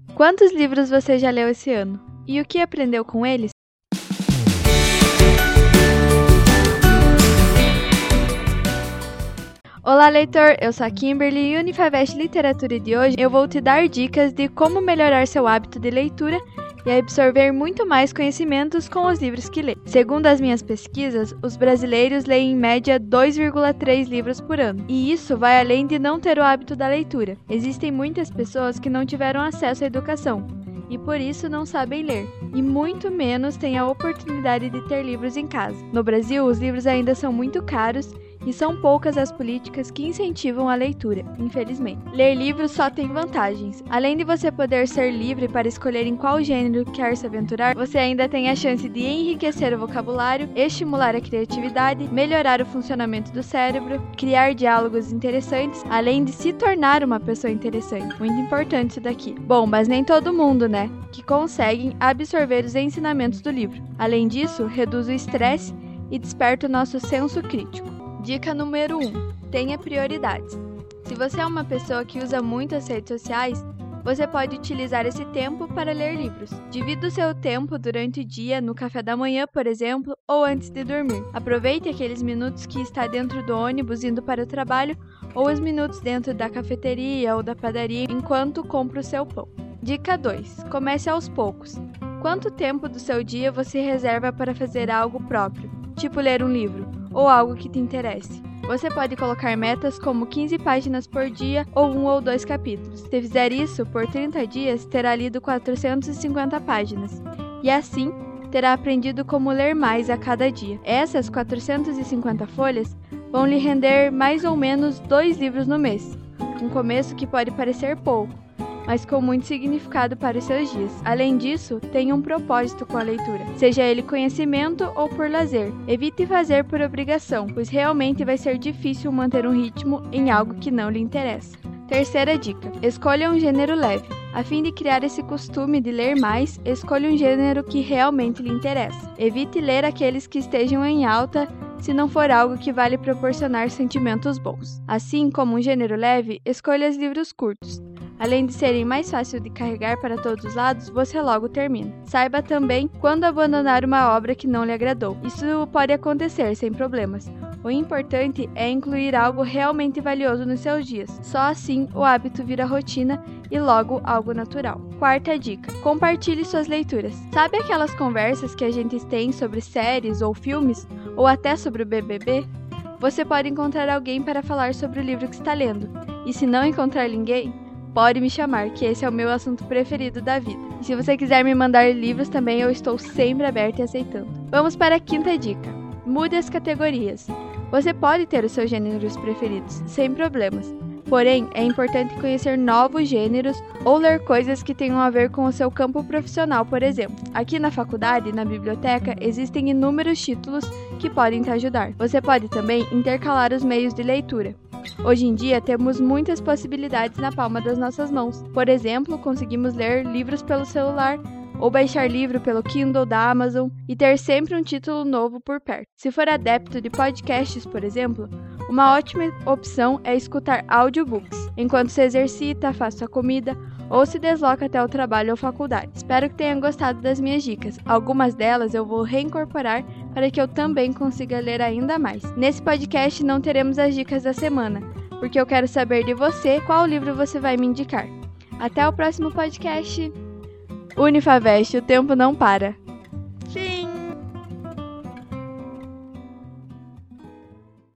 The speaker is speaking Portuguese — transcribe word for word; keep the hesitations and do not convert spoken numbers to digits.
Quantos livros você já leu esse ano? E o que aprendeu com eles? Olá, leitor! Eu sou a Kimberly e o Unifavest Literatura de hoje eu vou te dar dicas de como melhorar seu hábito de leitura e absorver muito mais conhecimentos com os livros que lê. Segundo as minhas pesquisas, os brasileiros leem em média dois vírgula três livros por ano. E isso vai além de não ter o hábito da leitura. Existem muitas pessoas que não tiveram acesso à educação e por isso não sabem ler, e muito menos têm a oportunidade de ter livros em casa. No Brasil, os livros ainda são muito caros e são poucas as políticas que incentivam a leitura, infelizmente. Ler livros só tem vantagens. Além de você poder ser livre para escolher em qual gênero quer se aventurar, você ainda tem a chance de enriquecer o vocabulário, estimular a criatividade, melhorar o funcionamento do cérebro, criar diálogos interessantes, além de se tornar uma pessoa interessante. Muito importante isso daqui. Bom, mas nem todo mundo, né, que conseguem absorver os ensinamentos do livro. Além disso, reduz o estresse e desperta o nosso senso crítico. Dica número um. Tenha prioridades. Se você é uma pessoa que usa muito as redes sociais, você pode utilizar esse tempo para ler livros. Divida o seu tempo durante o dia, no café da manhã, por exemplo, ou antes de dormir. Aproveite aqueles minutos que está dentro do ônibus indo para o trabalho, ou os minutos dentro da cafeteria ou da padaria enquanto compra o seu pão. Dica dois. Comece aos poucos. Quanto tempo do seu dia você reserva para fazer algo próprio, tipo ler um livro, ou algo que te interesse? Você pode colocar metas como quinze páginas por dia ou um ou dois capítulos. Se fizer isso por trinta dias, terá lido quatrocentas e cinquenta páginas, e assim terá aprendido como ler mais a cada dia. Essas quatrocentas e cinquenta folhas vão lhe render mais ou menos dois livros no mês, um começo que pode parecer pouco, mas com muito significado para os seus dias. Além disso, tenha um propósito com a leitura, seja ele conhecimento ou por lazer. Evite fazer por obrigação, pois realmente vai ser difícil manter um ritmo em algo que não lhe interessa. Terceira dica: escolha um gênero leve. A fim de criar esse costume de ler mais, escolha um gênero que realmente lhe interessa. Evite ler aqueles que estejam em alta se não for algo que vai lhe proporcionar sentimentos bons. Assim como um gênero leve, escolha os livros curtos. Além de serem mais fáceis de carregar para todos os lados, você logo termina. Saiba também quando abandonar uma obra que não lhe agradou. Isso pode acontecer sem problemas. O importante é incluir algo realmente valioso nos seus dias. Só assim o hábito vira rotina e logo algo natural. Quarta dica: compartilhe suas leituras. Sabe aquelas conversas que a gente tem sobre séries ou filmes, ou até sobre o B B B? Você pode encontrar alguém para falar sobre o livro que está lendo. E se não encontrar ninguém, pode me chamar, que esse é o meu assunto preferido da vida. E se você quiser me mandar livros também, eu estou sempre aberta e aceitando. Vamos para a quinta dica: mude as categorias. Você pode ter os seus gêneros preferidos, sem problemas. Porém, é importante conhecer novos gêneros ou ler coisas que tenham a ver com o seu campo profissional, por exemplo. Aqui na faculdade, na biblioteca, existem inúmeros títulos que podem te ajudar. Você pode também intercalar os meios de leitura. Hoje em dia, temos muitas possibilidades na palma das nossas mãos. Por exemplo, conseguimos ler livros pelo celular ou baixar livro pelo Kindle da Amazon e ter sempre um título novo por perto. Se for adepto de podcasts, por exemplo, uma ótima opção é escutar audiobooks enquanto se exercita, faz sua comida ou se desloca até o trabalho ou faculdade. Espero que tenham gostado das minhas dicas. Algumas delas eu vou reincorporar para que eu também consiga ler ainda mais. Nesse podcast não teremos as dicas da semana, porque eu quero saber de você qual livro você vai me indicar. Até o próximo podcast! Unifavest, o tempo não para!